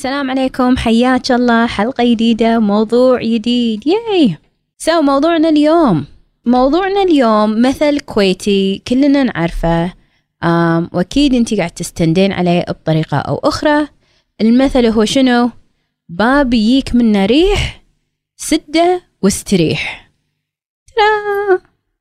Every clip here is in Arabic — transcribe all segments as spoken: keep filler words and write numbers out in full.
السلام عليكم، حياك الله. حلقة جديدة، موضوع جديد. ياي سو موضوعنا اليوم موضوعنا اليوم مثل كويتي كلنا نعرفه، أم وأكيد أنتي قاعد تستندين عليه بطريقة أو أخرى. المثل هو شنو؟ باب يجيك منه ريح سده واستريح. ترى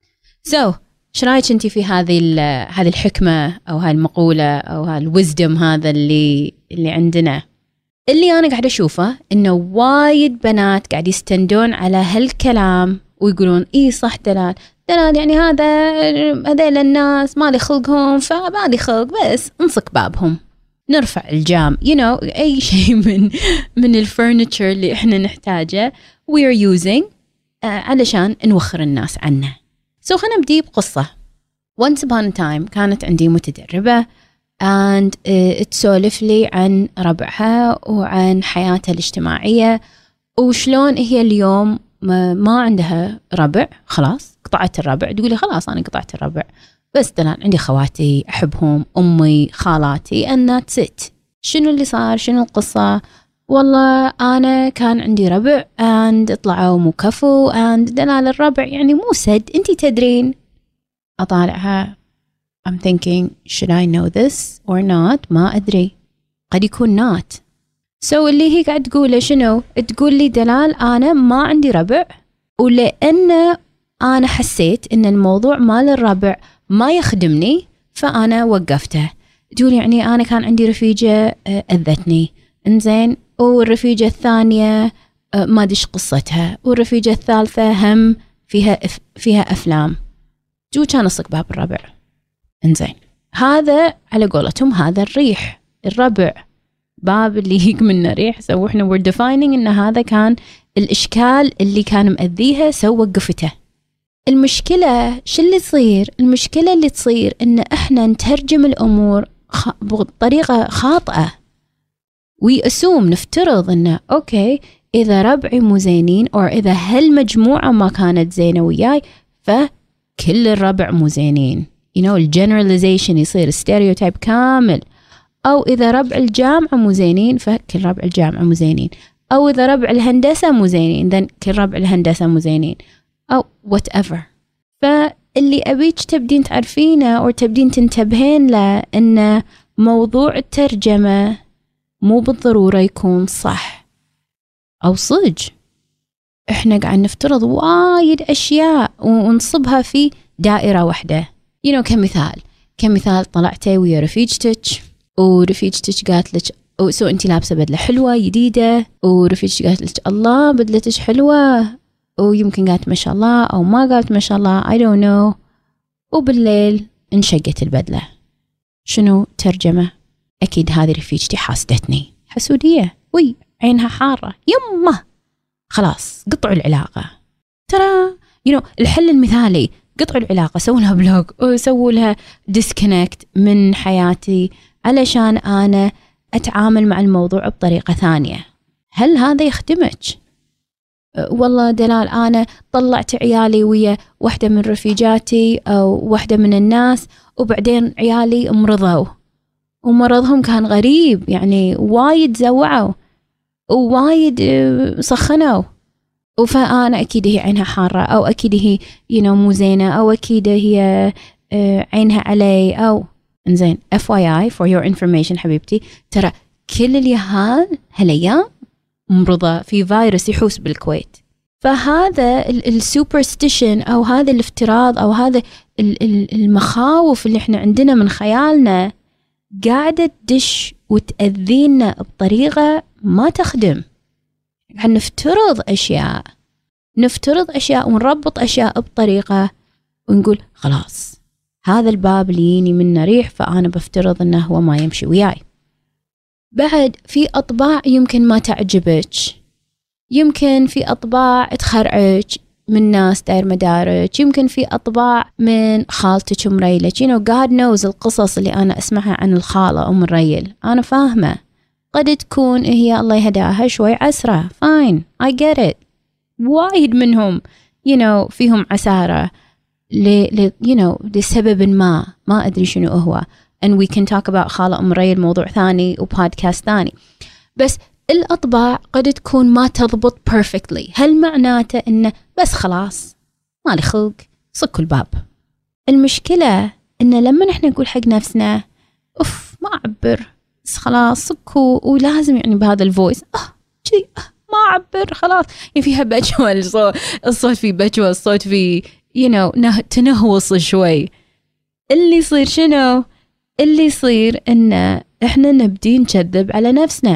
سو ايش رايك انتي في هذه هذه الحكمة او هاي المقولة او هاي الويزدم هذا اللي اللي عندنا؟ اللي انا قاعده اشوفه انه وايد بنات قاعد يستندون على هالكلام ويقولون اي صح دلال دلال يعني هذا هذيل الناس ما لي خلقهم، فما لي خلق، بس نصك بابهم نرفع الجام you know اي شيء من من الفرنتشر اللي احنا نحتاجه we are using uh, علشان نوخر الناس عنه. سو خلينا نبدي بقصة. once upon a time كانت عندي متدربة and uh, تسولف لي عن ربعها وعن حياتها الاجتماعية وشلون هي اليوم ما, ما عندها ربع، خلاص قطعت الربع. تقولي خلاص أنا قطعت الربع، بس دلان عندي خواتي أحبهم، أمي، خالاتي، أنا ست. شنو اللي صار؟ شنو القصة؟ والله أنا كان عندي ربع and طلعوا مو كفو and دلال الربع يعني مو سد، أنتي تدرين. أطالعها I'm thinking should I know this or not؟ ما أدري، قد يكون not. so اللي هي قاعد تقوله شنو؟ تقول لي دلال أنا ما عندي ربع، ولأن أنا حسيت إن الموضوع مال الربع ما يخدمني فأنا وقفته. تقول يعني أنا كان عندي رفيجة أذتني، إنزين، والرفيجة الثانية ما دش قصتها، والرفيجة الثالثة هم فيها فيها أفلام. جو كان أصك باب الربع. إنزين، هذا على قولتهم هذا الريح، الربع باب اللي هيك منه ريح. سو إحنا we're defining إن هذا كان الإشكال اللي كان مأذيها، سو وقفته. المشكلة شو اللي تصير؟ المشكلة اللي تصير إن إحنا نترجم الأمور خ... بطريقة خاطئة. ويأسوم نفترض إنه أوكي إذا ربعي مو زينين أو إذا هالمجموعة ما كانت زينة وياي فكل الربع مو زينين. you know الجنراليزيشن يصير ستيريوتايب كامل. أو إذا ربع الجامعة مو زينين فكل ربع الجامعة مو زينين، أو إذا ربع الهندسة مو زينين ذن كل ربع الهندسة مو زينين، أو whatever. فاللي أبيك تبدين تعرفينه أو تبدين تنتبهين له إن موضوع الترجمة مو بالضرورة يكون صح أو صج. إحنا قاعد نفترض وايد أشياء ونصبها في دائرة واحدة. you know كمثال كمثال طلعتي ويا رفيجتك ورفيجتك قالت لك سو أنتي لابسة بدلة حلوة جديدة، ورفيجتك قالت لك الله بدلتك حلوة، ويمكن قالت ما شاء الله أو ما قالت ما شاء الله I don't know، وبالليل انشقت البدلة. شنو ترجمة؟ أكيد هذه رفيجتي حاسدتني، حسودية، وي عينها حارة، يمه خلاص قطعوا العلاقة. ترى you know الحل المثالي قطعوا العلاقة، سووا لها بلوك وسووا لها disconnect من حياتي علشان أنا أتعامل مع الموضوع بطريقة ثانية. هل هذا يخدمك؟ والله دلال أنا طلعت عيالي ويا واحدة من رفيجاتي أو واحدة من الناس وبعدين عيالي مرضوا ومرضهم كان غريب، يعني وايد زوعوا ووايد سخنوا، وفأنا أكيد هي عينها حارة أو أكيد هي you know مو زينة أو أكيد هي عينها علي أو إنزين. إف واي آي for your information حبيبتي، ترى كل اليهال هالأيام مرضى في فيروس يحوس بالكويت. فهذا السوبرستيشن أو هذا الافتراض أو هذا المخاوف اللي احنا عندنا من خيالنا قاعدة تدش وتأذينا بطريقة ما تخدم. هنفترض أشياء نفترض أشياء ونربط أشياء بطريقة ونقول خلاص هذا الباب اللي يجيني منه ريح فأنا بفترض أنه هو ما يمشي وياي. بعد في أطباع يمكن ما تعجبك، يمكن في أطباع تخرعك من ناس داير مدارك، يمكن في أطباع من خالتك أم ريلك. you know God knows القصص اللي أنا أسمعها عن الخالة أم الريل أنا فاهمة، قد تكون هي الله يهداها شوي عسرة، fine I get it. وايد منهم you know فيهم عسارة ل ل you know لسبب ما ما أدري شنو هو. and we can talk about خالة أم ريل موضوع ثاني وبودكاست ثاني. بس الأطباع قد تكون ما تضبط perfectly. هل معناته إنه بس خلاص مالي خلق صكوا الباب؟ المشكلة إنه لما نحن نقول حق نفسنا أوف ما أعبر بس خلاص صكوا، ولازم يعني بهذا الفويس آه شيء آه ما أعبر خلاص، يعني فيها بجوة، الصوت الصوت فيه بجوة، الصوت فيه you know نه تنهوص شوي. اللي يصير شنو؟ اللي يصير إنه إحنا نبدي نكذب على نفسنا.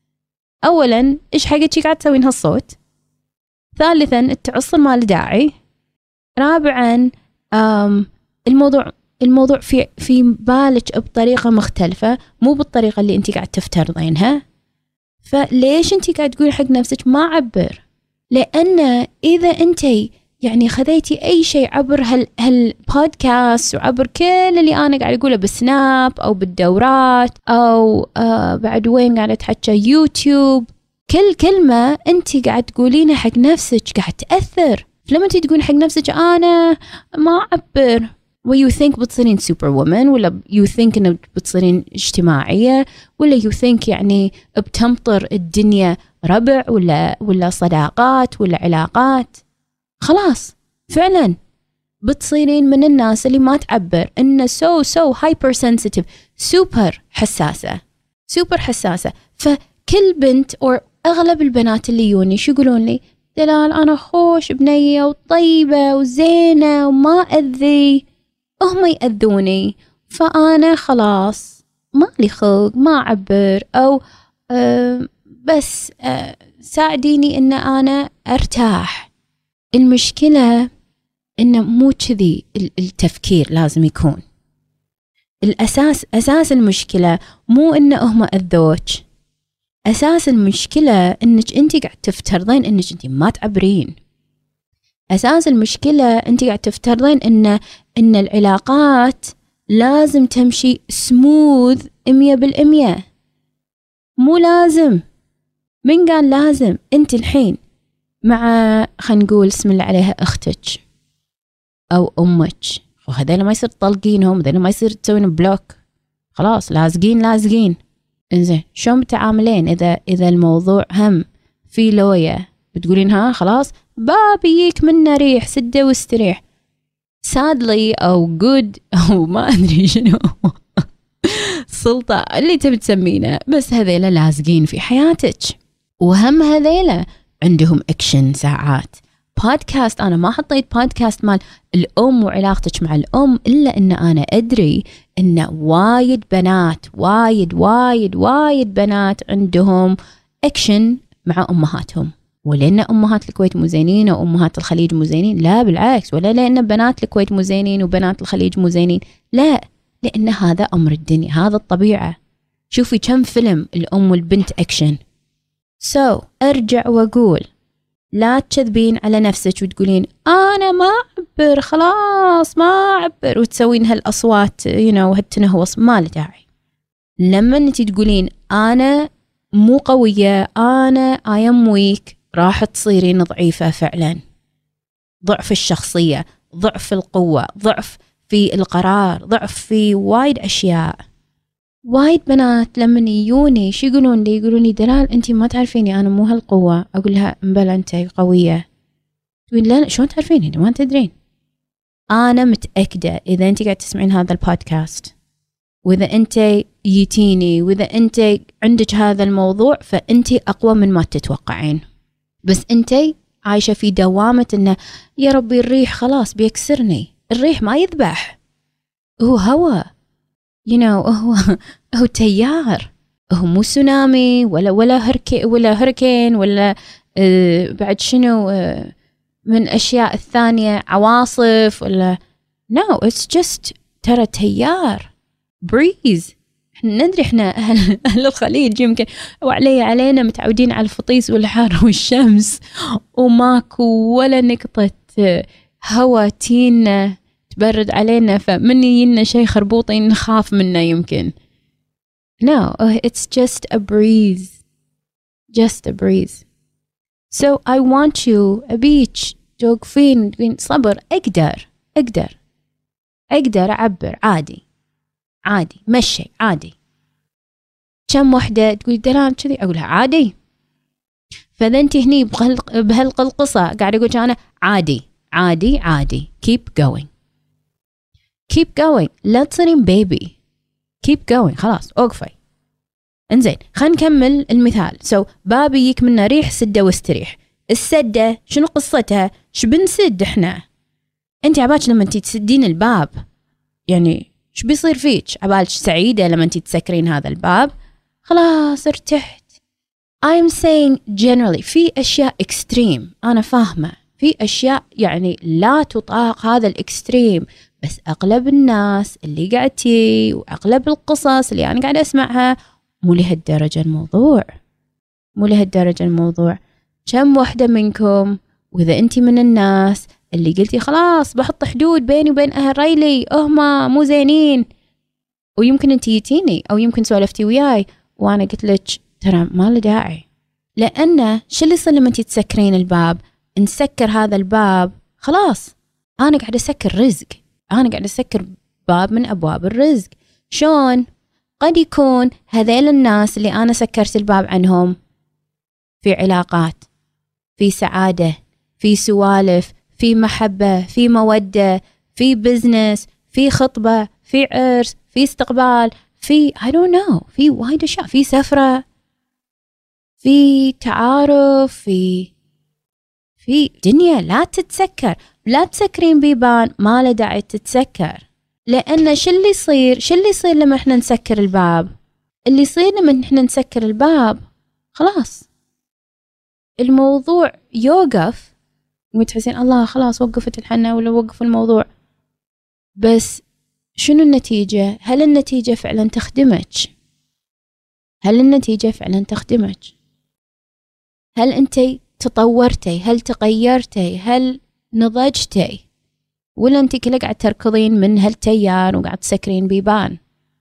أولاً إيش حاجة شي قاعد تسوين هالصوت؟ ثالثاً التعصر ما له داعي. رابعاً أم الموضوع الموضوع في في بالك بطريقة مختلفة، مو بالطريقة اللي أنت قاعد تفترضينها. فليش أنت قاعد تقولي حق نفسك ما عبر؟ لأن إذا أنت يعني خذيتي أي شيء عبر هال هالبودكاست وعبر كل اللي أنا قاعد أقوله بالسناب أو بالدورات أو آه بعد وين قاعدة تحكي يوتيوب، كل كلمة أنت قاعد تقولينها حق نفسك قاعد تأثر. فلما أنت تقولين حق نفسك أنا ما أعبر و you think بتصيرين سوبر وومن، ولا you think إنه بتصيرين اجتماعية، ولا you think يعني بتمطر الدنيا ربع ولا ولا صداقات ولا علاقات. خلاص فعلا بتصيرين من الناس اللي ما تعبر، إنه so so hyper sensitive، سوبر حساسة سوبر حساسة. فكل بنت أو أغلب البنات اللي يوني شو يقولون لي؟ دلال أنا خوش بنية وطيبة وزينة وما أذي، هم يأذوني فأنا خلاص ما لي خلق ما أعبر، أو أه بس أه ساعديني إن أنا أرتاح. المشكلة إنه مو كذي التفكير لازم يكون. الأساس أساس المشكلة مو إنه هم أذوك، أساس المشكلة إنك أنت قاعد تفترضين إنك أنت ما تعبرين. أساس المشكلة أنت قاعد تفترضين إن إن العلاقات لازم تمشي سموث مية بالمية. مو لازم. من قال لازم؟ أنت الحين مع خلينا نقول اسم الله عليها أختك أو أمك، وهذول ما يصير تطلقينهم، هذول ما يصير تسوين بلوك، خلاص لازقين لازقين. إنزين شلون بتعاملين إذا إذا الموضوع هم في لوية بتقولين ها خلاص بابيك منا ريح سده واستريح، sadly أو good أو ما أدري شنو سلطة اللي تبي تسمينه، بس هذيلا لازقين في حياتك. وهم هذيلا عندهم أكشن ساعات. بودكاست أنا ما حطيت بودكاست مال الأم وعلاقتك مع الأم إلا أن أنا أدري أن وايد بنات وايد وايد وايد بنات عندهم أكشن مع أمهاتهم. ولأن أمهات الكويت مو زينين أو أمهات الخليج مو زينين، لا بالعكس، ولا لأن بنات الكويت مو زينين وبنات الخليج مو زينين، لا، لأن هذا أمر الدنيا، هذا الطبيعة. شوفي كم فيلم الأم والبنت أكشن. سو so, أرجع وأقول لا تكذبين على نفسك وتقولين أنا ما أعبر خلاص ما أعبر وتسوين هالأصوات you know هالتنهوص، ما له داعي. لما أنت تقولين أنا مو قوية أنا I am weak راح تصيرين ضعيفة فعلا. ضعف الشخصية، ضعف القوة، ضعف في القرار، ضعف في وايد أشياء. وايد بنات لما يجوني شو يقولون لي؟ يقولون لي دلال أنتي ما تعرفيني أنا مو هالقوة. أقول لها مبلا أنتي قوية. تقول لا شلون تعرفيني ما تدرين. أنا متأكدة إذا أنتي قاعد تسمعين هذا البودكاست وإذا أنتي يتيني وإذا أنتي عندك هذا الموضوع فأنتي أقوى من ما تتوقعين. بس أنتي عايشة في دوامة إنه يا ربي الريح خلاص بيكسرني. الريح ما يذبح، هو هوا you know هو هو تيار، هو مو سونامي ولا ولا هركي ولا هركين ولا آه بعد شنو آه من أشياء الثانية عواصف ولا no it's just ترى تيار breeze. احنا ندري احنا أهل, أهل الخليج يمكن وعلي علينا متعودين على الفطيس والحار والشمس وماكو ولا نقطة هوا تينا تبرد علينا، فمن يجينا شيء خربوطي نخاف منه يمكن. No, it's just a breeze. Just a breeze. So I want you أبيك توقفين تقولين صبر أقدر أقدر أقدر أعبر عادي عادي مشي عادي. كم وحدة تقول دلال كذي أقولها عادي فإذا أنت هني بهالقصة قاعد أقول أنا عادي عادي عادي keep going keep going لا تصيرين بيبي keep going خلاص أوقفي. انزين خلينا نكمل المثال. سو so, باب يجيك منه ريح سده واستريح. السدة شنو قصتها؟ شو بنسد احنا؟ انت عبالك لما انت تسدين الباب يعني شو بيصير فيك؟ عبالك سعيدة لما انت تسكرين هذا الباب؟ خلاص ارتحت. I'm saying generally في أشياء extreme أنا فاهمة، في أشياء يعني لا تطاق هذا الإكستريم، بس أغلب الناس اللي قاعدتي وأغلب القصص اللي أنا قاعدة أسمعها مو لهالدرجة الموضوع، مو لهالدرجة الموضوع. كم واحدة منكم وإذا أنت من الناس اللي قلتي خلاص بحط حدود بيني وبين أهل ريلي هما مو زينين، ويمكن أنت جيتيني أو يمكن سولفتي وياي وأنا قلت لك ترى ما له داعي، لأنه شو اللي يصير لما أنت تسكرين الباب؟ نسكر هذا الباب خلاص أنا قاعدة أسكر رزق، أنا قاعدة أسكر باب من أبواب الرزق. شون؟ قد يكون هذيل الناس اللي أنا سكرت الباب عنهم في علاقات، في سعادة، في سوالف، في محبة، في مودة، في بزنس، في خطبة، في عرس، في استقبال، في I don't know، في وايد أشياء، في سفرة، في تعارف، في في دنيا لا تتسكر. لا تسكرين بيبان ما له داعي تتسكر، لأن شو اللي يصير؟ شو اللي يصير لما احنا نسكر الباب؟ اللي يصير لما احنا نسكر الباب خلاص الموضوع يوقف، وتحسين الله خلاص وقفت الحنة ولا وقف الموضوع. بس شنو النتيجة؟ هل النتيجة فعلا تخدمك؟ هل النتيجة فعلا تخدمك؟ هل أنتي تطورتي؟ هل تغيرتي؟ هل نضجتي؟ ولا أنتي كله قاعد تركضين من هالتيار وقاعد تسكرين بيبان؟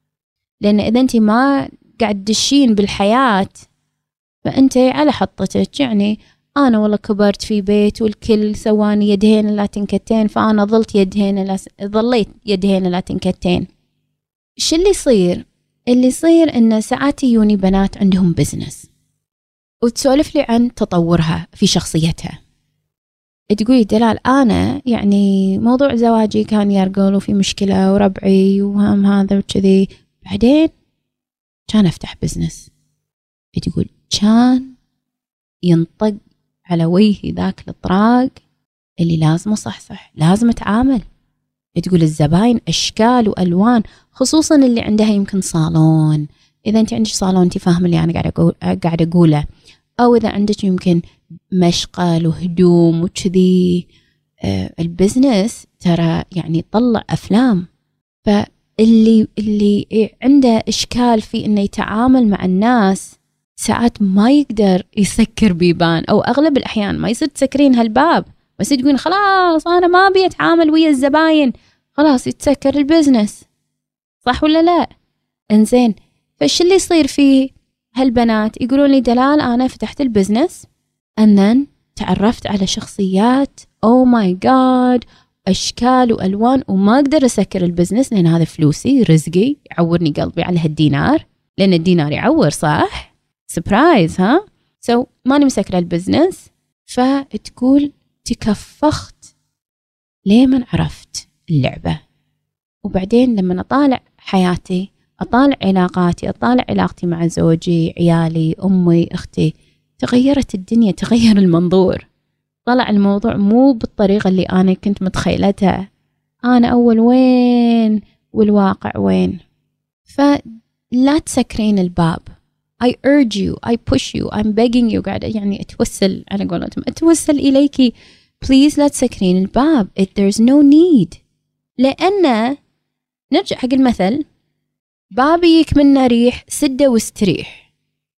لأن إذا أنتي ما قاعد تدشين بالحياة فأنتي على حطتك، يعني أنا والله كبرت في بيت والكل سواني يدهين لا تنكتين، فأنا ظلت يدهين لا س... ظليت يدهين لا تنكتين. شو اللي يصير؟ اللي يصير إن ساعات يوني بنات عندهم بزنس وتسولف لي عن تطورها في شخصيتها، تقولي دلال أنا يعني موضوع زواجي كان يرقل وفي مشكلة وربعي وهم هذا وكذي، بعدين كان أفتح بزنس. تقول كان ينطق على وجهي ذاك الطراق اللي لازم أصحصح، لازم أتعامل. تقول الزباين أشكال وألوان، خصوصا اللي عندها يمكن صالون. إذا أنت عندك صالون أنت فاهم اللي أنا قاعدة أقول قاعدة أقوله، أو إذا عندك يمكن مشقل وهدوم وكذي. آه البزنس ترى يعني طلع أفلام، فاللي اللي عنده إشكال في إنه يتعامل مع الناس ساعات ما يقدر يسكر بيبان، أو أغلب الأحيان ما يصير تسكرين هالباب، بس تقولين خلاص أنا ما أبي أتعامل ويا الزباين، خلاص يتسكر البزنس. صح ولا لا؟ إنزين فش اللي يصير فيه هالبنات؟ يقولون لي دلال أنا فتحت البزنس and then تعرفت على شخصيات oh my god أشكال وألوان، وما أقدر أسكر البزنس لأن هذا فلوسي رزقي يعورني قلبي على هالدينار، لأن الدينار يعور صح؟ سبرايز ها؟ سو so, ماني مسكرة البزنس. فتقول تكفخت ليه من عرفت اللعبة، وبعدين لما أطالع حياتي، أطالع علاقاتي، أطالع علاقتي مع زوجي، عيالي، أمي، أختي، تغيرت الدنيا، تغير المنظور، طلع الموضوع مو بالطريقة اللي أنا كنت متخيلتها. أنا أول وين والواقع وين. فلا تسكرين الباب. I urge you, I push you, I'm begging you، قاعدة يعني أتوسل على قولتهم أتوسل إليكي please لا تسكرين الباب. It, there's no need. لأن نرجع حق المثل بابيك منه ريح سده واستريح.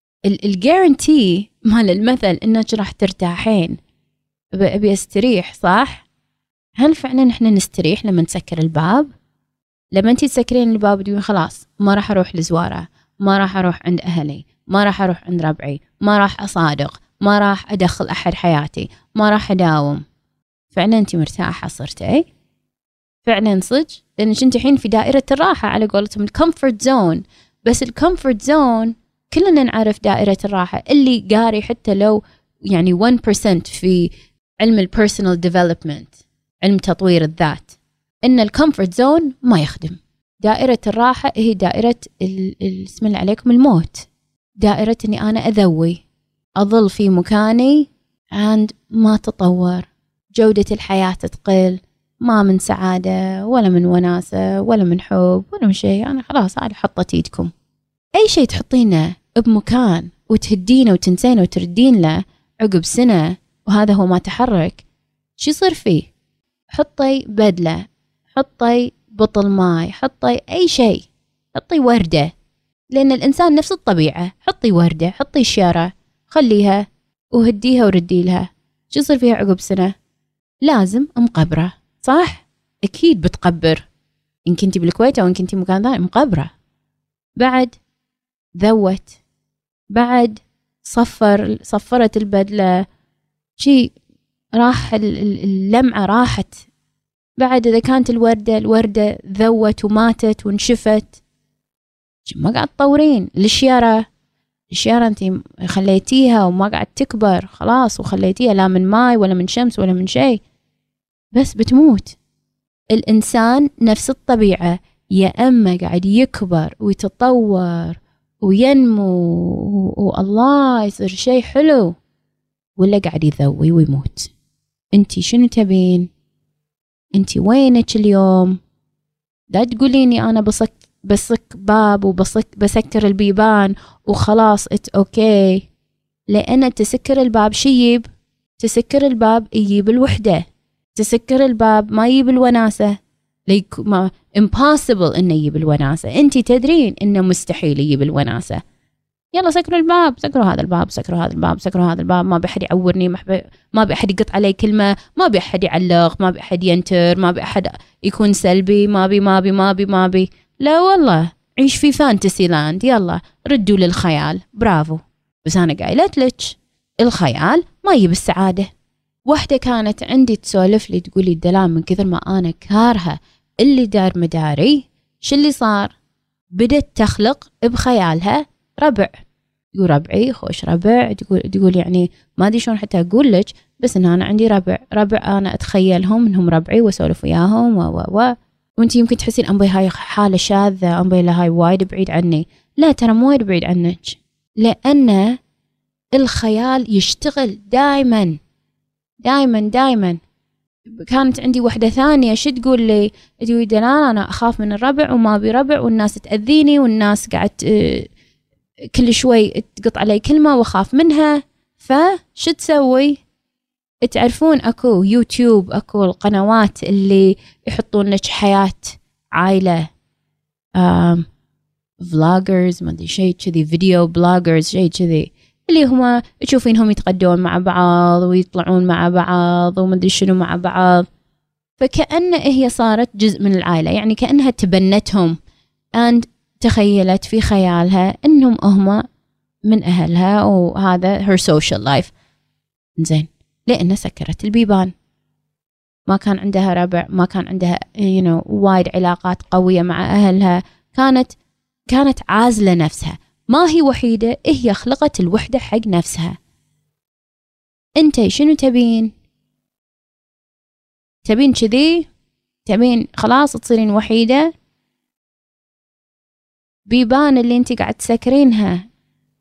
الجارنتي مال المثل إنك راح ترتاحين. أبي أستريح صح؟ هل فعلا إحنا نستريح لما نسكر الباب؟ لما أنتي تسكرين الباب تقولين خلاص ما راح أروح لزوارة، ما راح أروح عند أهلي، ما راح أروح عند ربعي، ما راح أصادق، ما راح أدخل أحد حياتي، ما راح أداوم. فعلا أنتي مرتاحة صرتي؟ فعلا صدق؟ لأنك أنت الحين في دائرة الراحة على قولتهم الكومفورت زون. بس الكومفورت زون كلنا نعرف دائرة الراحة، اللي قاري حتى لو يعني واحد بالمئة في علم البيرسونال ديفلوبمنت، علم تطوير الذات، إن الكومفورت زون ما يخدم. دائرة الراحة هي دائرة اسم الله عليكم الموت، دائرة إني أنا أذوي أظل في مكاني and ما تطور، جودة الحياة تقل، ما من سعادة ولا من وناسة ولا من حب ولا من شيء. أنا خلاص أنا حطت إيدكم. أي شيء تحطينه بمكان وتهدينه وتنسينه وتردين له عقب سنة وهذا هو ما تحرك، شو يصير فيه؟ حطي بدلة، حطي بطل ماي، حطي أي شيء، حطي وردة، لأن الإنسان نفس الطبيعة. حطي وردة، حطي شارة، خليها وهديها وردي لها، شو يصير فيها عقب سنة؟ لازم مقبرة، صح؟ أكيد بتقبر، إن كنتي بالكويت أو إن كنتي مكان ثاني مقبرة. بعد ذوت، بعد صفر صفرت البدلة، شي راح اللمعة راحت. بعد إذا كانت الوردة الوردة ذوت وماتت وانشفت، ما قاعد تطورين. الشيارة الشيارة أنتي خليتيها وما قاعد تكبر خلاص، وخليتيها لا من ماي ولا من شمس ولا من شيء، بس بتموت. الإنسان نفس الطبيعة، يا أما قاعد يكبر ويتطور وينمو والله يصير شيء حلو، ولا قاعد يذوي ويموت. أنتي شنو تبين؟ أنتي وينك اليوم؟ لا تقوليني أنا بصك بصك باب وبصك بسكر البيبان وخلاص ات اوكي، لأن تسكر الباب شيب، تسكر الباب يجيب الوحدة، تسكر الباب ما يجيب الوناسة، ليك ما impossible إنه يجيب الوناسة. أنتي تدرين إنه مستحيل يجيب الوناسة. يلا سكروا الباب، سكروا هذا الباب، سكروا هذا الباب، سكروا هذا الباب، ما بأحد يعورني، ما بأحد يقط علي كلمة، ما بأحد يعلق، ما بأحد ينتر، ما بأحد يكون سلبي، ما بي ما بي ما بي ما بي لا والله، عيش في فانتسي لاند. يلا ردوا للخيال، برافو. بس أنا قايلت لك الخيال ما يجيب السعادة. واحدة كانت عندي تسولف لي تقولي الدلال من كثر ما أنا كارهة اللي دار مداري، شو اللي صار؟ بدت تخلق بخيالها ربع. تقول ربعي خوش ربع، تقول تقول يعني ما أدري شلون حتى أقول لك، بس إن أنا عندي ربع ربع أنا أتخيلهم إنهم ربعي وأسولف وياهم و و و وانت يمكن تحسين أمبي هاي حالة شاذة، أمبي لا هاي وايد بعيد عني. لا ترى مو وايد بعيد عنك، لأن الخيال يشتغل دايما دايما دايما. كانت عندي واحدة ثانية شو تقول لي؟ تقول دلال أنا أخاف من الربع وما أبي ربع والناس تأذيني والناس قاعد كل شوي تقط علي كلمة وأخاف منها. فشو تسوي؟ تعرفون أكو يوتيوب، أكو القنوات اللي يحطون لك حياة عائلة، آم فلوجرز ما أدري شيء كذي، فيديو بلوجرز شيء كذي، اللي هما تشوفينهم يتغدون مع بعض ويطلعون مع بعض وما أدري شنو مع بعض. فكأن هي صارت جزء من العائلة، يعني كأنها تبنتهم and تخيلت في خيالها إنهم هما من أهلها وهذا her social life. زين، لأن سكرت البيبان، ما كان عندها ربع، ما كان عندها you know وايد علاقات قوية مع أهلها، كانت كانت عازلة نفسها، ما هي وحيدة، هي خلقت الوحدة حق نفسها. أنتي شنو تبين؟ تبين كذي؟ تبين خلاص تصيرين وحيدة؟ بيبان اللي أنتي قاعد تسكرينها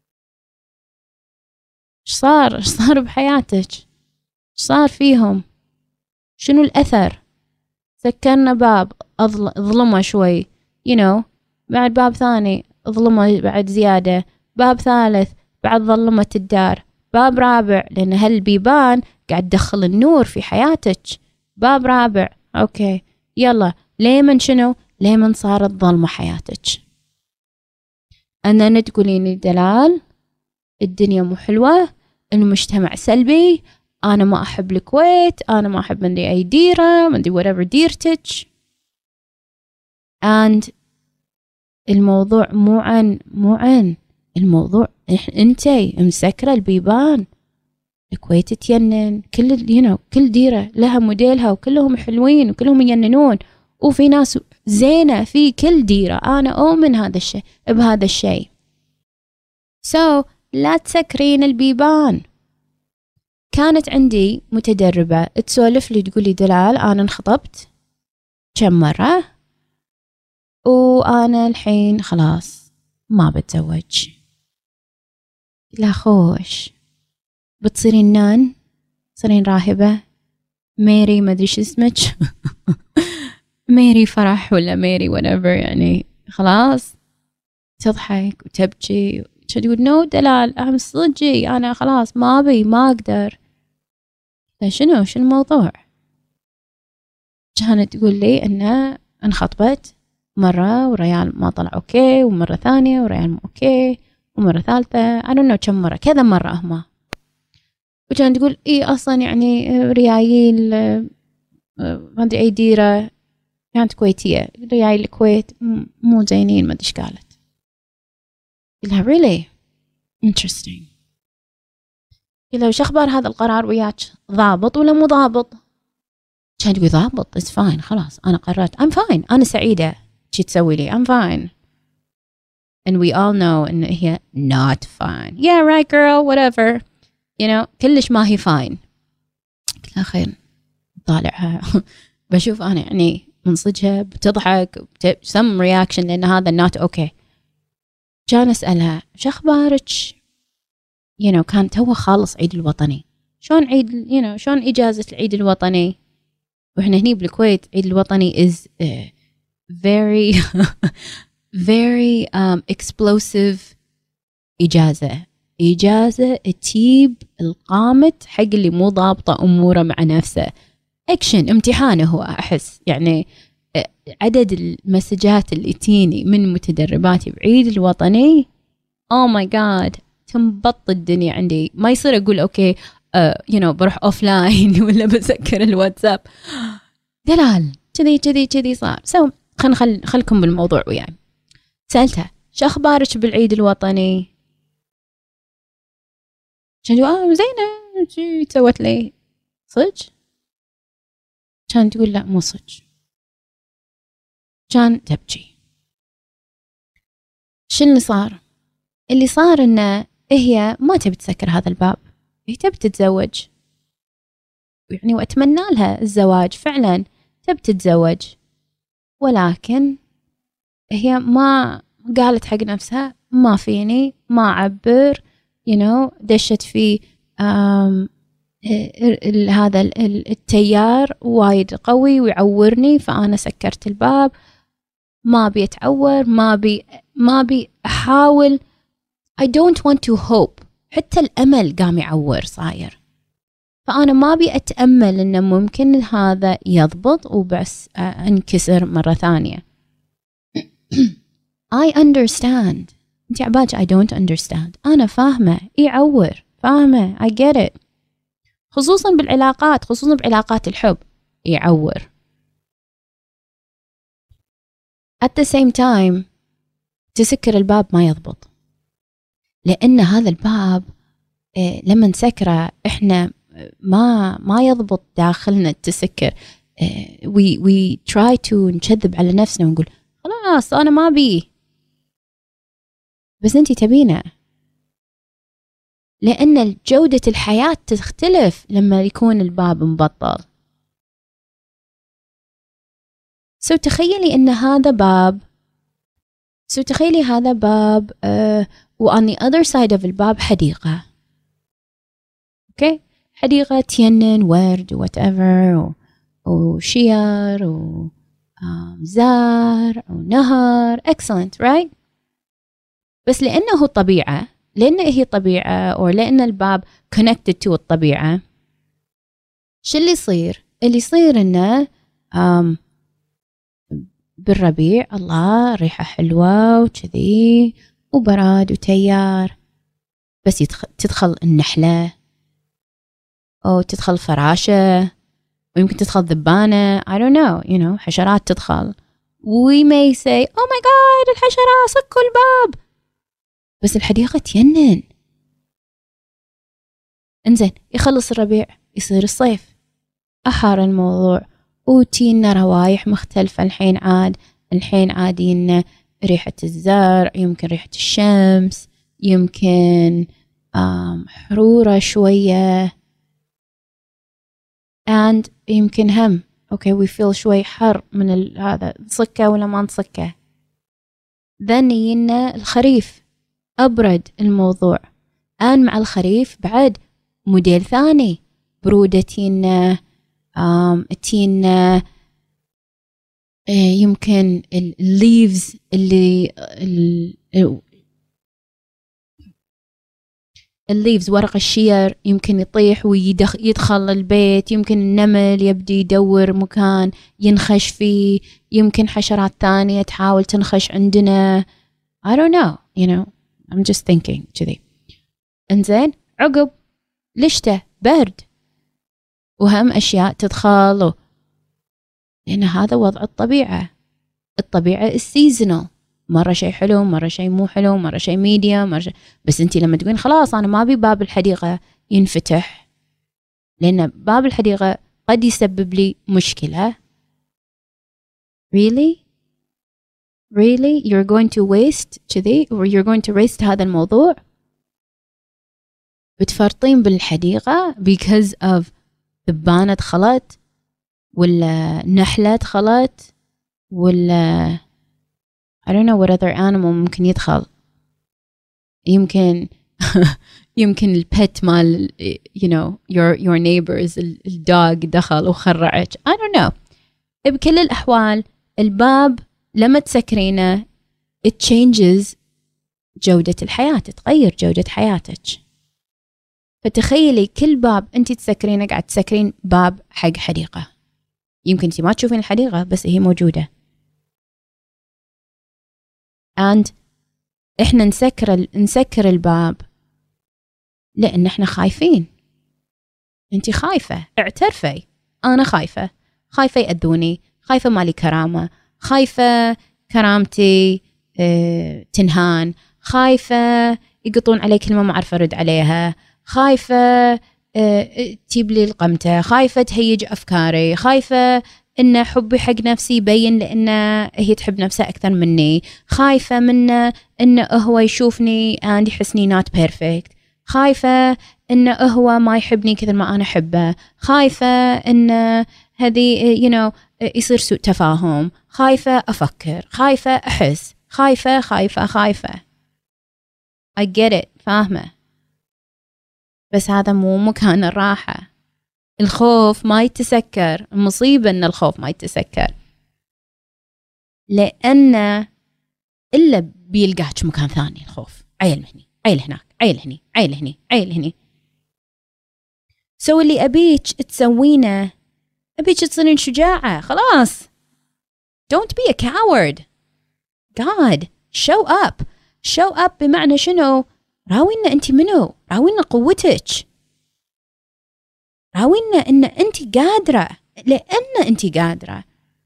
إيش صار؟ إيش صار بحياتك؟ إيش صار فيهم؟ شنو الأثر؟ سكرنا باب ظلمة شوي you know بعد باب ثاني ظلمة بعد زيادة، باب ثالث بعد ظلمت الدار، باب رابع لأن هالبيبان قاعد تدخل النور في حياتك، باب رابع أوكي يلا ليمن شنو؟ ليمن صارت ظلمة حياتك. أنا تقوليني دلال الدنيا مو حلوة، المجتمع سلبي، أنا ما أحب الكويت، أنا ما أحب مندي أي ديرة مندي whatever ديرتك. and الموضوع مو عن مو عن الموضوع انتي مسكرة البيبان. الكويت تينن، كل you know كل ديرة لها موديلها وكلهم حلوين وكلهم يننون، وفي ناس زينة في كل ديرة، أنا أؤمن هذا الشيء بهذا الشيء. so لا تسكرين البيبان، كانت عندي متدربة تسولف لي تقول لي دلال أنا انخطبت كم مرة وأنا الحين خلاص ما بتزوج. لا خوش، بتصيرين نان، تصيرين راهبة، ميري ما أدري شو اسمك ميري فرح ولا ميري whatever، يعني خلاص تضحك وتبكي تقول نو دلال أهم صدقي أنا خلاص ما أبي ما أقدر. فشنو شنو الموضوع؟ كانت تقول لي إنه انخطبت مرة وريال ما طلع أوكي، ومرة ثانية وريال ما أوكي، ومرة ثالثة I don't know كم مرة، كذا مرة هما. وكانت تقول إيه أصلا يعني ريايل ما أدري أي ديرة، كانت كويتية، ريايل الكويت مو زينين ما أدري إيش قالت. قلها really interesting. قلها وش أخبار هذا القرار وياك، ضابط ولا مو ضابط؟ كانت تقول ضابط it's fine خلاص أنا قررت I'm fine أنا سعيدة شي تسوي لي I'm fine and we all know إن هي not fine. yeah right girl whatever you know كلش ما هي fine. قلها خير طالعها بشوف أنا يعني من صدقها بتضحك بت... some reaction لأن هذا not okay. كان أسألها شو أخبارك you know كان توه خالص عيد الوطني، شلون عيد you know شلون إجازة العيد الوطني، وإحنا هني بالكويت عيد الوطني is uh, very very um, explosive إجازة إجازة تجيب القامة حق اللي مو ضابطة أموره مع نفسه. أكشن امتحانه هو أحس يعني عدد المسجات اللي تيني من متدرباتي بعيد الوطني oh my god تنبط الدنيا عندي. ما يصير أقول أوكي uh, you know بروح أوفلاين ولا بسكر الواتساب. دلال كذي كذي كذي صار. سو خل خل خلكم بالموضوع وياي. سألتها شو أخبارك بالعيد الوطني؟ كانت آه زينة شو سوت لي صدق؟ كانت تقول لا مو صدق. كان تبكي. شو اللي صار؟ اللي صار إنه هي ما تبي تسكر هذا الباب، هي تبي تتزوج يعني وأتمنى لها الزواج فعلا تبي تتزوج، ولكن هي ما قالت حق نفسها ما فيني ما أعبر you know دشت في هذا التيار وايد قوي ويعورني، فأنا سكرت الباب ما بي أتعور ما بي ما بي أحاول I don't want to hope. حتى الأمل قام يعور صاير، فأنا ما بي أتأمل إنه ممكن هذا يضبط وبس أنكسر مرة ثانية. I understand. أنت عباج I don't understand. أنا فاهمة يعور فاهمة I get it. خصوصا بالعلاقات خصوصا بعلاقات الحب يعور. At the same time تسكر الباب ما يضبط، لأن هذا الباب إيه لما نسكره إحنا ما ما يضبط داخلنا التسكر. إيه we we try to نكذب على نفسنا ونقول خلاص أنا ما بي، بس أنتي تبينه، لأن جودة الحياة تختلف لما يكون الباب مبطل. سو تخيلي إن هذا باب سو تخيلي هذا باب uh, و on the other side of الباب حديقة أوكي okay? حديقة تينن ورد whatever وشير وزار ونهر excellent right. بس لأنه الطبيعة لأنه هي طبيعة أو لأن الباب connected to الطبيعة، شو اللي يصير؟ اللي يصير إنه um, بالربيع الله ريحة حلوة وكذي وبراد وتيار، بس يدخل تدخل النحلة أو تدخل فراشة ويمكن تدخل ذبانة I don't know you know حشرات تدخل. we may say oh my god الحشرة سكوا الباب، بس الحديقة تينن. انزين يخلص الربيع يصير الصيف، أحار الموضوع وتينا روايح مختلفة. الحين عاد الحين عادين ريحة الزرع، يمكن ريحة الشمس، يمكن حرورة شوية and يمكن هم okay we feel شوي حر من ال- هذا نصكه ولا ما نصكه. then يجينا الخريف أبرد الموضوع، and مع الخريف بعد موديل ثاني، برودة تينا um, تينا يمكن الليفز اللي الليفز ورق الشير يمكن يطيح ويدخل البيت، يمكن النمل يبدي يدور مكان ينخش فيه، يمكن حشرات ثانية تحاول تنخش عندنا. I don't know you know I'm just thinking كذي. انزين عقب لشته برد وهم أشياء تدخل، لأن هذا وضع الطبيعة. الطبيعة السيزونال، مرة شيء حلو مرة شيء مو حلو، مرة شيء ميديا مرة شيء. بس أنتي لما تقولين خلاص أنا ما أبي باب الحديقة ينفتح لأن باب الحديقة قد يسبب لي مشكلة. really really you're going to waste كذي or you're going to waste هذا الموضوع، بتفرطين بالحديقة because of ذبانة دخلت ولا نحلة دخلت ولا I don't know what other animal ممكن يدخل. يمكن يمكن البت مال you know your your neighbors الدوغ دخل وخرعك. I don't know. بكل الأحوال الباب لما تسكرينه it changes جودة الحياة، تتغير جودة حياتك. فتخيلي كل باب أنت تسكرينه قاعد تسكرين باب حق حديقة، يمكن أنت ما تشوفين الحديقة بس هي موجودة. and إحنا نسكر نسكر الباب لأن إحنا خايفين. أنت خايفة، اعترفي أنا خايفة، خايفة يأذوني، خايفة مالي كرامة، خايفة كرامتي اه تنهان، خايفة يقطون علي كلمة ما أعرف أرد عليها، خايفة اه تجيب لي القمتة، خايفة تهيج أفكاري، خايفة إن حبي حق نفسي يبين لأن هي تحب نفسها أكثر مني، خايفة منه إن هو يشوفني and يحسني not perfect، خايفة إن هو ما يحبني كثر ما أنا أحبه، خايفة إن هذه you know يصير سوء تفاهم، خايفة أفكر، خايفة أحس، خايفة خايفة خايفة. I get it، فاهمة، بس هذا مو مكان الراحة. الخوف ما يتسكر، المصيبة إن الخوف ما يتسكر لأن إلا بيلقاك مكان ثاني. الخوف عيل هني عيل هناك عيل هني عيل هني عيل هني. سوي اللي أبيك تسوينه، أبيك تصيرين شجاعة. خلاص don't be a coward. God show up show up بمعنى شنو؟ راوينا أنت منو، راوينا قوتك، راوينا إن أنت قادرة، لأن أنت قادرة.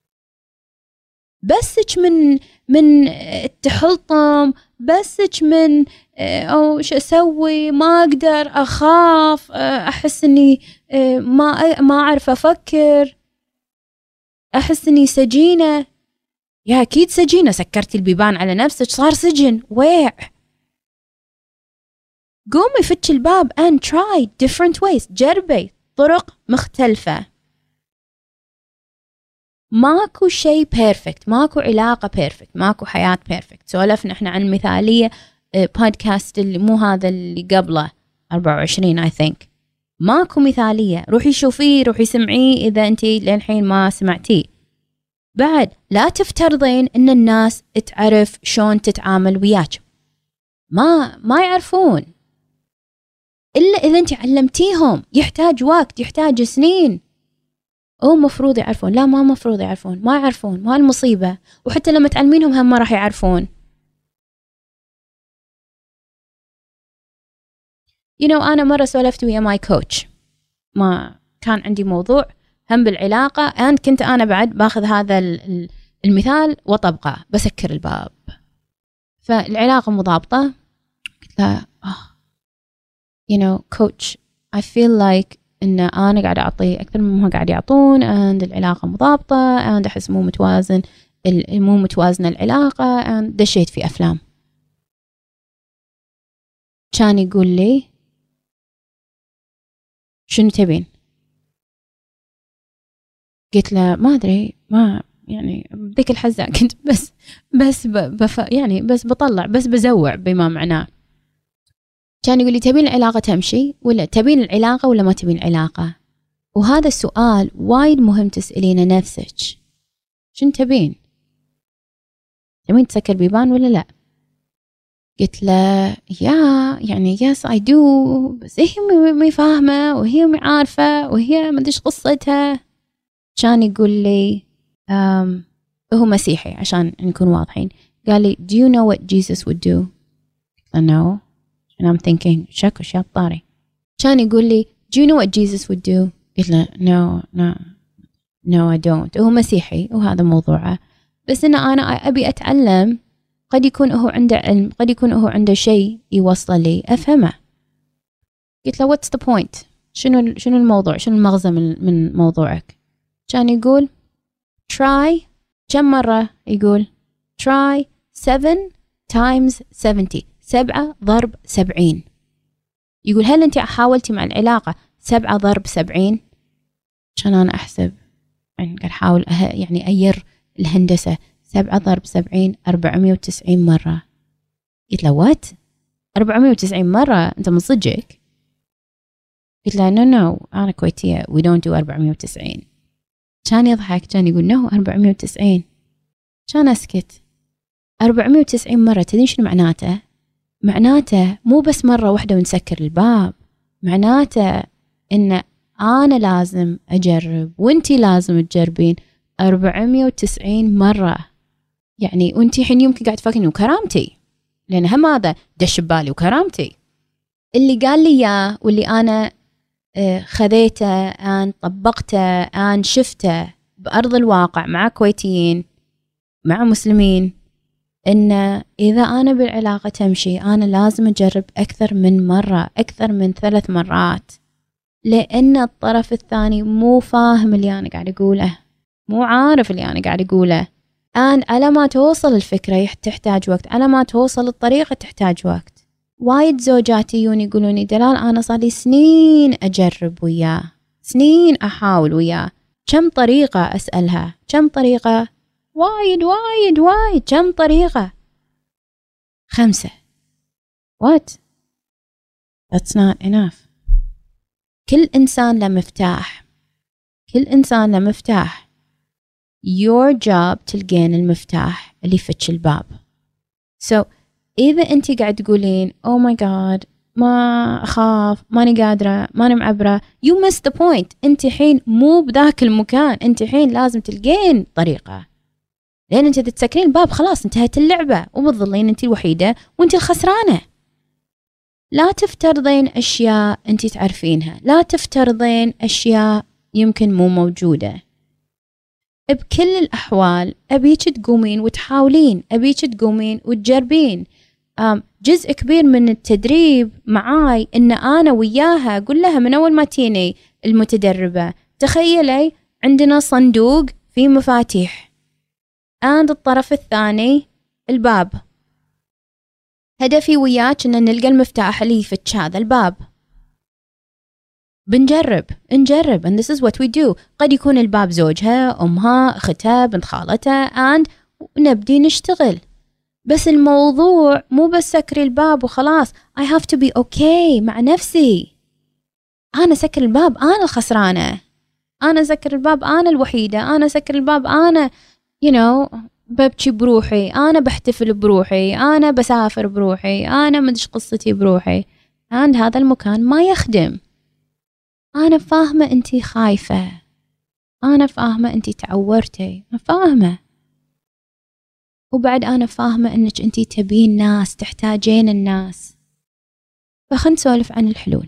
بسك من من التحلطم، بسك من أو شو أسوي، ما أقدر، أخاف، أحس إني ما ما أعرف أفكر، أحس إني سجينة. يا أكيد سجينة، سكرتي البيبان على نفسك صار سجن ويع. قومي فتش الباب and try different ways، جربي طرق مختلفة. ماكو شيء بيرفكت، ماكو علاقة بيرفكت، ماكو حياة بيرفكت. سولفنا احنا عن المثالية بودكاست اللي مو هذا اللي قبله أربعة وعشرين I think. ماكو مثالية، روحي شوفيه، روحي سمعيه إذا أنتي للحين ما سمعتيه. بعد لا تفترضين إن الناس تعرف شون تتعامل وياك، ما ما يعرفون إلا إذا أنتي علمتيهم. يحتاج وقت، يحتاج سنين. أو مفروض يعرفون، لا ما مفروض يعرفون، ما يعرفون، ما المصيبة. وحتى لما تعلمينهم هم ما راح يعرفون. you know أنا مرة سولفت ويا ماي كوتش، ما كان عندي موضوع هم بالعلاقة and كنت أنا بعد باخذ هذا المثال وطبقه، بسكر الباب. فالعلاقة مضابطة، قلت له oh, you know coach I feel like إن أنا قاعدة أعطي أكثر مما قاعد يعطون and العلاقة مضابطة and أحس مو متوازن مو متوازنة العلاقة and دشيت في أفلام. كان يقول لي شنو تبين؟ قلت له ما أدري، ما يعني ذيك الحزة كنت بس بس بف يعني بس بطلع بس بزوع بما معناه. كان يقول لي تبين العلاقة تمشي ولا تبين العلاقة ولا ما تبين العلاقة؟ وهذا السؤال وايد مهم تسألين نفسك، شنو تبين؟ تبين تسكر بيبان ولا لا؟ قلت له يا يعني يس اي دو، بس هي مي فاهمة وهي مي عارفة وهي ما ادري قصتها. كان يقول لي um, هو مسيحي عشان نكون واضحين. قال لي do you know what Jesus would do؟ I know and I'm thinking شك وش طاري. كان يقول لي do you know what Jesus would do؟ قلت له no no no I don't. هو مسيحي وهذا موضوعه، بس إن أنا أبي أتعلم. قد يكون هو عنده علم، قد يكون هو عنده شيء يوصل لي أفهمه. قلت له what's the point؟ شنو شنو الموضوع؟ شنو المغزى من من موضوعك؟ كان يقول try كم مرة؟ يقول try seven times seventy، سبعة ضرب سبعين. يقول هل أنت حاولتي مع العلاقة سبعة ضرب سبعين؟ كان أنا أحسب يعني قاعد أحاول يعني أير الهندسة، سبعة ضرب سبعين أربعمية وتسعين مرة. قلت له وات؟ أربعمية وتسعين مرة أنت من صدقك؟ قلت له نو نو أنا كويتية we don't do أربعمية وتسعين. كان يضحك، كان يقول نو أربعمية وتسعين. كان أسكت. أربعمية وتسعين مرة تدرين شنو معناته؟ معناته مو بس مرة واحدة ونسكر الباب، معناته إن أنا لازم أجرب وإنتي لازم تجربين أربعمية وتسعين مرة. يعني وإنتي حين يمكن قاعد تفكرين وكرامتي، لأن هم هذا دش ببالي وكرامتي. اللي قال لي إياه واللي أنا خذيته أن طبقته أن شفته بأرض الواقع مع كويتيين مع مسلمين، إن إذا أنا بالعلاقة تمشي أنا لازم أجرب أكثر من مرة، أكثر من ثلاث مرات، لأن الطرف الثاني مو فاهم اللي أنا قاعد أقوله، مو عارف اللي أنا قاعد أقوله. أن على ما توصل الفكرة تحتاج وقت، على ما توصل الطريقة تحتاج وقت. وايد زوجاتي يجون يقولوني دلال أنا صار لي سنين أجرب وياه، سنين أحاول وياه، كم طريقة أسألها، كم طريقة؟ وايد وايد وايد، كم طريقة؟ خمسة. What؟ That's not enough. كل إنسان له مفتاح، كل إنسان له مفتاح. Your job تلقين المفتاح اللي يفتش الباب. So إذا أنت قاعد تقولين oh my god ما أخاف، ماني قادرة، ماني معبرة، you missed the point. أنت حين مو بذاك المكان، أنت حين لازم تلقين طريقة، لأن أنت تسكرين الباب خلاص انتهت اللعبة وبتظلين أنت الوحيدة وأنت الخسرانة. لا تفترضين أشياء أنت تعرفينها، لا تفترضين أشياء يمكن مو موجودة. بكل الأحوال أبيك تقومين وتحاولين، أبيك تقومين وتجربين. جزء كبير من التدريب معاي إن أنا وياها أقول لها من أول ما تيني المتدربة تخيلي عندنا صندوق فيه مفاتيح عند الطرف الثاني الباب، هدفي وياك إن نلقى المفتاح اللي يفتش هذا الباب. بنجرب نجرب and this is what we do. قد يكون الباب زوجها، أمها، أختها، بنت خالتها and نبدي نشتغل. بس الموضوع مو بس سكري الباب وخلاص. I have to be okay مع نفسي. أنا سكر الباب أنا الخسرانة، أنا سكر الباب أنا الوحيدة، أنا سكر الباب أنا you know ببكي بروحي، أنا بحتفل بروحي، أنا بسافر بروحي، أنا مدش قصتي بروحي. and هذا المكان ما يخدم. أنا فاهمة أنتي خايفة، أنا فاهمة أنتي تعورتي، أنا فاهمة، وبعد أنا فاهمة أنك أنتي تبين ناس، تحتاجين الناس. فخلنا نسولف عن الحلول.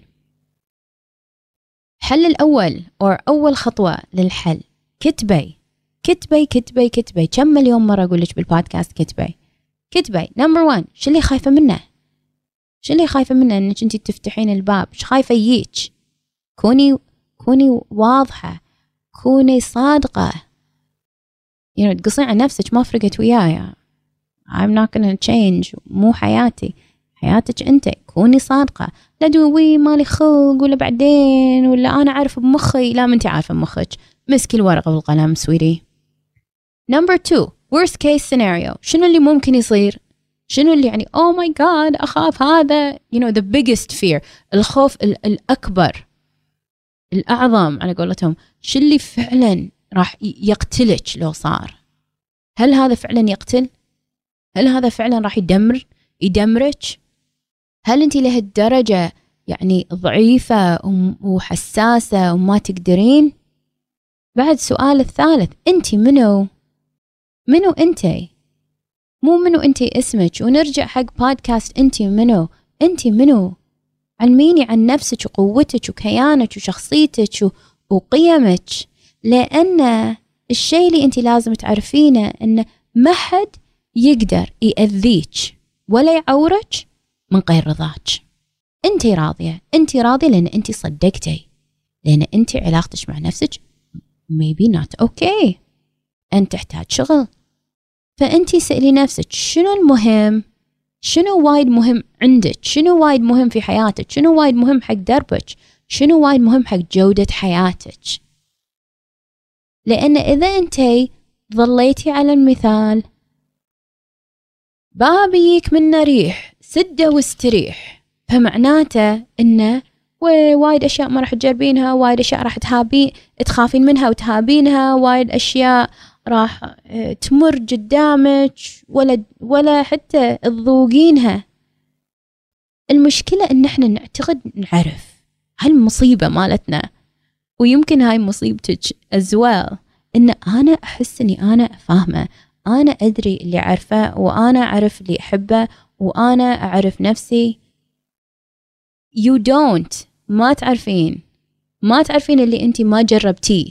الحل الأول أو أول خطوة للحل كتبي كتبي كتبي كتبي. كم مليون مرة أقول لك بالبودكاست كتبي كتبي. نمبر وان، شو اللي خايفة منه؟ شو اللي خايفة منه؟ أنك أنتي تفتحين الباب. شو خايفة ييك؟ كوني كوني واضحة، كوني صادقة. you know تقصين عن نفسك ما فرقت وياي. I'm not gonna change. مو حياتي، حياتك أنت. كوني صادقة. لا دوي مالي خلق ولا بعدين ولا أنا عارفة بمخي. لا، ما أنت عارفة بمخك. مسك الورقة والقلم سويري. Number two, worst case scenario. شنو اللي ممكن يصير؟ شنو اللي يعني oh my god أخاف هذا you know the biggest fear. الخوف الأكبر الأعظم على قولتهم. شو اللي فعلا راح يقتلك لو صار؟ هل هذا فعلا يقتل؟ هل هذا فعلا راح يدمر يدمرك؟ هل أنت لهالدرجة يعني ضعيفة وحساسة وما تقدرين؟ بعد سؤال الثالث، أنت منو؟ منو أنتي؟ مو منو أنتي اسمك. ونرجع حق بودكاست أنتي منو؟ أنتي منو؟ علميني عن نفسك وقوتك وكيانك وشخصيتك وقيمك، لأن الشيء اللي أنتي لازم تعرفينه أن ما حد يقدر يأذيك ولا يعورك من غير رضاك. أنتي راضية، أنتي راضية لأن أنتي صدقتي، لأن أنتي علاقتك مع نفسك maybe not okay، أنت تحتاج شغل. فأنتي سألي نفسك شنو المهم، شنو وايد مهم عندك، شنو وايد مهم في حياتك، شنو وايد مهم حق دربك، شنو وايد مهم حق جودة حياتك. لأن إذا أنتي ظليتي على المثال باب يجيك منه ريح سده واستريح، فمعناته إنه وايد أشياء ما راح تجربينها، وايد أشياء راح تهابين تخافين منها وتهابينها، وايد أشياء راح تمر قدامك ولا ولا حتى تذوقينها. المشكلة إن إحنا نعتقد نعرف. هالمصيبة مالتنا، ويمكن هاي مصيبتك as well، إن أنا أحس إني أنا فاهمة، أنا أدري اللي أعرفه، وأنا أعرف اللي أحبه، وأنا أعرف نفسي. you don't ما تعرفين ما تعرفين اللي أنتي ما جربتيه.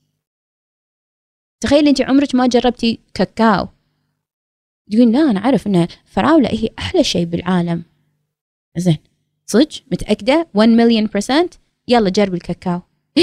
تخيل أنتي عمرك ما جربتي كاكاو، تقولين لا أنا أعرف إن الفراولة هي أحلى شيء بالعالم. زين صدق متأكدة one million percent؟ يلا جربي الكاكاو.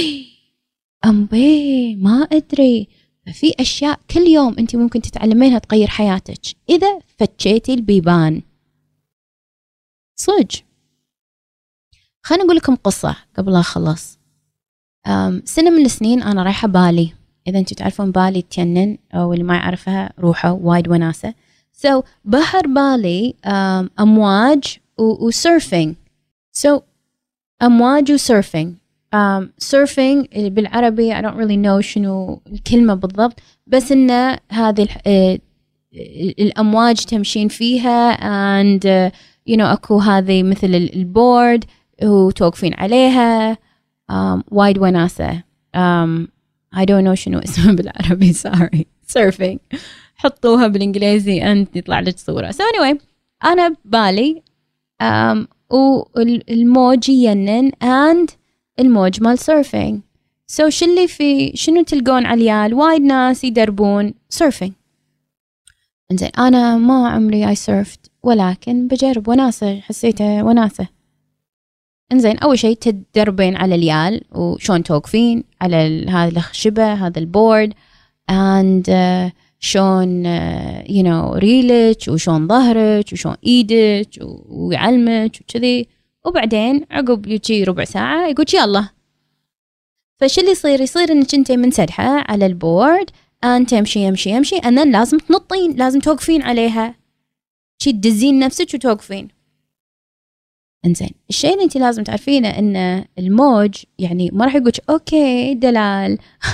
أمبي ما أدري. ففي أشياء كل يوم أنتي ممكن تتعلمينها تغير حياتك إذا فتشيتي البيبان. صدق. خليني أقول لكم قصة قبل لا أخلص. سنة من السنين أنا رايحة بالي. إذا أنتوا تعرفون بالي تينن، أو اللي ما يعرفها روحوا، وايد وناسة. so بحر بالي أمواج وسيرفينج. so أمواج وسيرفينج. سيرفينج بالعربي I don't really know شنو الكلمة بالضبط، بس إنه هذه الأمواج تمشين فيها and uh, you know أكو هذه مثل البورد وتوقفين عليها. um, وايد وناسة. um, I don't know شنو اسمه بالعربي sorry. surfing حطوها بالإنجليزي أنت يطلع لك صورة. so anyway أنا بالي um, والموج ينن and الموج مال surfing. so شو اللي في شنو تلقون عليال وايد ناس يدربون surfing. انزين أنا ما عمري I surfed، ولكن بجرب وناسة، حسيته وناسة. انزين أول شيء تدربين على اليال وشون توقفين على هذا الخشبة هذا البورد and uh, شون uh, you know ريلك وشون ظهرك وشون ايدك ويعلمك وكذي. وبعدين عقب يجي ربع ساعة يقول يلا. فش اللي يصير يصير انك انت منسدحة على البورد انت تمشي يمشي يمشي and لازم تنطين، لازم توقفين عليها، شي تدزين نفسك وتوقفين. انزين الشيء اللي انت لازم تعرفينه ان الموج يعني ما راح يقولك اوكي دلال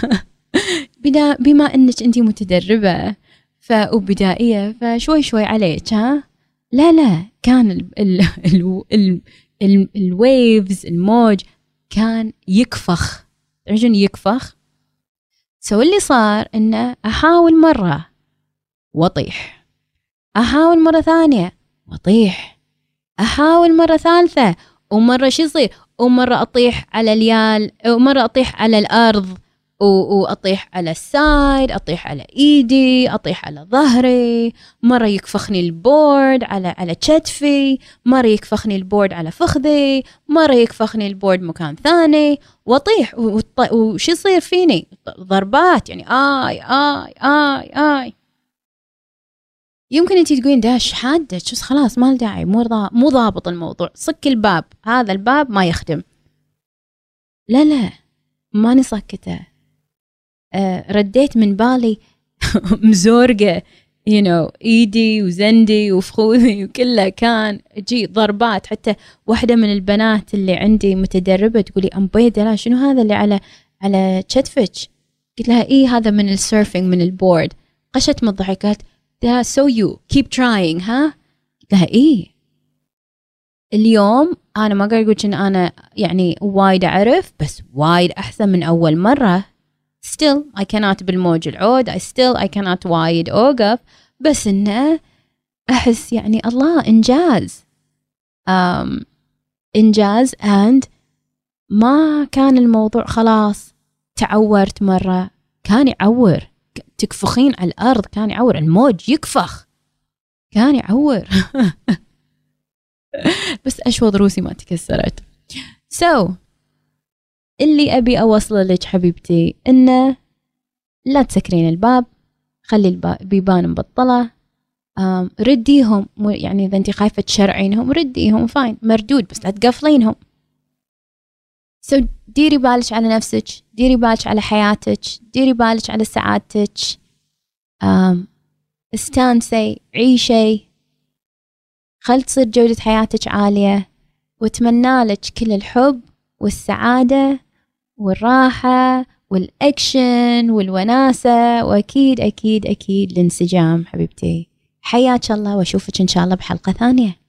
بما انك انت متدربة ف وبدائية فشوي شوي عليك ها. لا لا كان ال ال ال ال ال الويفز الموج كان يكفخ. تعرفون يكفخ؟ سو اللي صار انه احاول مرة واطيح، احاول مرة ثانية واطيح، احاول مرة ثالثة ومرة شو يصير ومرة اطيح على اليال ومرة اطيح على الارض واطيح على السايد، اطيح على ايدي، اطيح على ظهري، مرة يكفخني البورد على على كتفي، مرة يكفخني البورد على فخذي، مرة يكفخني البورد مكان ثاني واطيح وش يصير فيني ضربات يعني آي آي آي آي. يمكن انتي تقولين داش حادة بس خلاص ما داعي، مو مو ضابط الموضوع، صك الباب، هذا الباب ما يخدم. لا لا ماني صكته، آه رديت من بالي مزورقة you know ايدي وزندي وفخوذي وكله كان جي ضربات. حتى واحدة من البنات اللي عندي متدربة تقولي ام بيضة لا شنو هذا اللي على على كتفك؟ قلت لها ايه هذا من السيرفينج من البورد. قشت من الضحك قالت ده so you keep trying ها. قلت لها ايه اليوم انا ما قاعد اقول ان انا يعني وايد اعرف بس وايد احسن من اول مرة. still I cannot بالموج العود I still I cannot وايد اوقف بس انه احس يعني الله انجاز um, انجاز and ما كان الموضوع خلاص تعورت مرة كان يعور تكفخين على الارض كان يعور الموج يكفخ كان يعور بس اشوط روسي ما تكسرت. so اللي أبي أوصله لك حبيبتي إنه لا تسكرين الباب خلي البيبان مبطلة رديهم يعني إذا أنت خايفة تشرعينهم رديهم فاين مردود بس لا تقفلينهم. so ديري بالك على نفسك ديري بالك على حياتك ديري بالك على سعادتك استانسي عيشي خل تصير جودة حياتك عالية واتمنى لك كل الحب والسعادة والراحة والأكشن والوناسة وأكيد أكيد أكيد الانسجام حبيبتي. حياك الله وأشوفك إن شاء الله بحلقة ثانية.